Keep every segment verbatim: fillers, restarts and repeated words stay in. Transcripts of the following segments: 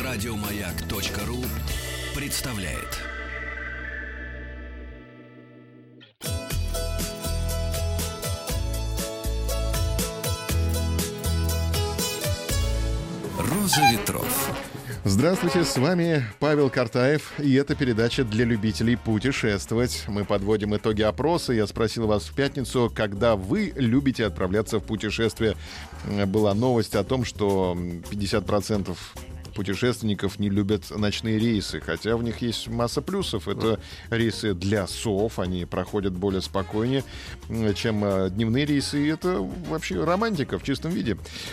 Радиомаяк.ру представляет. Роза ветров. Здравствуйте, с вами Павел Картаев, и это передача для любителей путешествовать. Мы подводим итоги опроса. Я спросил вас в пятницу, когда вы любите отправляться в путешествие. Была новость о том, что пятьдесят процентов путешественников не любят ночные рейсы, хотя в них есть масса плюсов. Это рейсы для сов, они проходят более спокойнее, чем дневные рейсы. И это вообще романтика в чистом виде.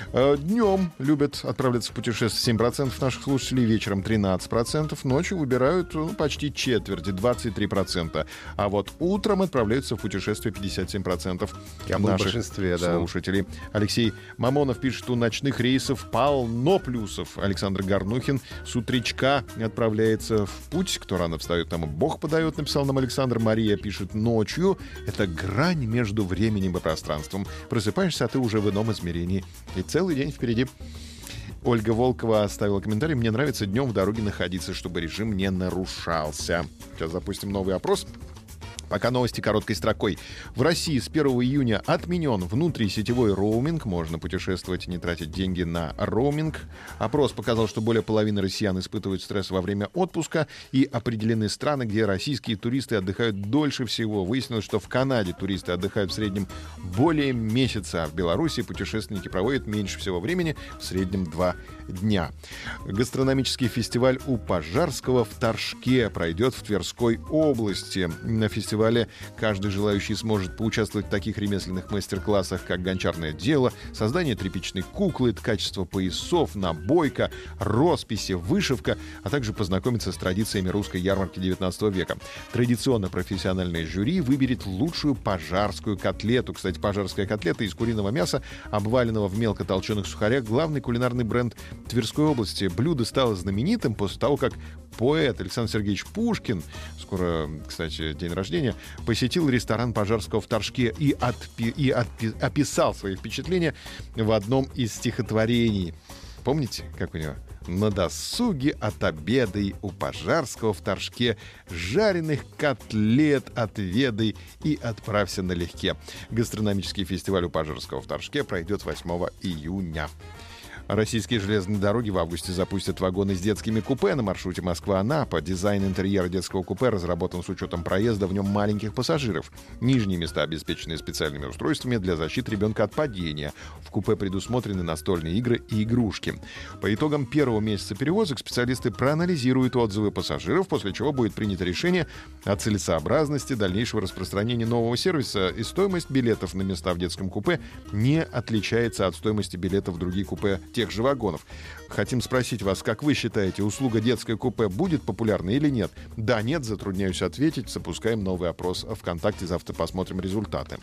Днем любят отправляться в путешествие семь процентов наших слушателей, вечером тринадцать процентов, ночью выбирают ну, почти четверть, двадцать три процента. А вот утром отправляются в путешествие пятьдесят семь процентов Я был в наших большинстве, да. слушателей. Алексей Мамонов пишет, что у ночных рейсов полно плюсов. Александр Горнухин с утречка отправляется в путь. Кто рано встает, тому Бог подает, написал нам Александр. Мария пишет, ночью это грань между временем и пространством. Просыпаешься, а ты уже в ином измерении. И целый день впереди. Ольга Волкова оставила комментарий. Мне нравится днем в дороге находиться, чтобы режим не нарушался. Сейчас запустим новый опрос. Пока новости короткой строкой. В России с первого июня отменен внутрисетевой роуминг. Можно путешествовать и не тратить деньги на роуминг. Опрос показал, что более половины россиян испытывают стресс во время отпуска. И определены страны, где российские туристы отдыхают дольше всего. Выяснилось, что в Канаде туристы отдыхают в среднем более месяца. А в Беларуси путешественники проводят меньше всего времени, в среднем два дня. Гастрономический фестиваль у Пожарского в Торжке пройдет в Тверской области. На фестивале каждый желающий сможет поучаствовать в таких ремесленных мастер-классах, как гончарное дело, создание тряпичной куклы, ткачество поясов, набойка, росписи, вышивка, а также познакомиться с традициями русской ярмарки девятнадцатого века. Традиционно профессиональное жюри выберет лучшую пожарскую котлету. Кстати, пожарская котлета из куриного мяса, обваленного в мелко толченых сухарях, главный кулинарный бренд Тверской области. Блюдо стало знаменитым после того, как поэт Александр Сергеевич Пушкин, скоро, кстати, день рождения, посетил ресторан Пожарского в Торжке и, отпи- и отпи- описал свои впечатления в одном из стихотворений. Помните, как у него? На досуге отобедай у Пожарского в Торжке, жареных котлет отведай и отправься налегке. Гастрономический фестиваль у Пожарского в Торжке пройдет восьмого июня. Российские железные дороги в августе запустят вагоны с детскими купе на маршруте Москва-Анапа. Дизайн интерьера детского купе разработан с учетом проезда в нем маленьких пассажиров. Нижние места обеспечены специальными устройствами для защиты ребенка от падения. В купе предусмотрены настольные игры и игрушки. По итогам первого месяца перевозок специалисты проанализируют отзывы пассажиров, после чего будет принято решение о целесообразности дальнейшего распространения нового сервиса. И стоимость билетов на места в детском купе не отличается от стоимости билетов в другие купе тех же вагонов. Хотим спросить вас, как вы считаете, услуга детское купе будет популярна или нет? Да, нет, затрудняюсь ответить. Запускаем новый опрос ВКонтакте. Завтра посмотрим результаты.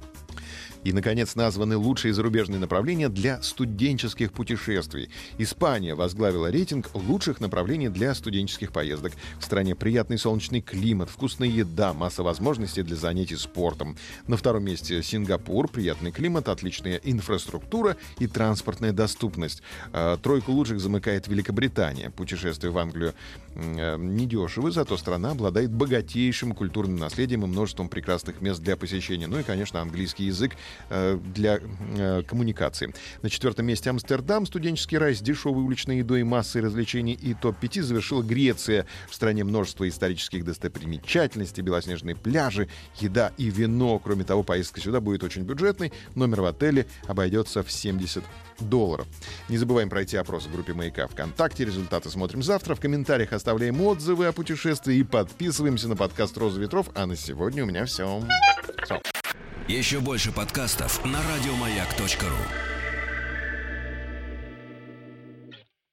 И, наконец, названы лучшие зарубежные направления для студенческих путешествий. Испания возглавила рейтинг лучших направлений для студенческих поездок. В стране приятный солнечный климат, вкусная еда, масса возможностей для занятий спортом. На втором месте Сингапур, приятный климат, отличная инфраструктура и транспортная доступность. Тройку лучших замыкает Великобритания. Путешествие в Англию недешево, зато страна обладает богатейшим культурным наследием и множеством прекрасных мест для посещения. Ну и, конечно, английский язык для э, коммуникации. На четвертом месте Амстердам, студенческий рай с дешевой уличной едой, массой развлечений. И топ-пять завершила Греция. В стране множество исторических достопримечательностей, белоснежные пляжи, еда и вино. Кроме того, поездка сюда будет очень бюджетной. Номер в отеле обойдется в семьдесят долларов. Не забываем пройти опрос в группе Маяка ВКонтакте. Результаты смотрим завтра. В комментариях оставляем отзывы о путешествии и подписываемся на подкаст «Роза ветров». А на сегодня у меня все. Все. Еще больше подкастов на радиомаяк точка ру.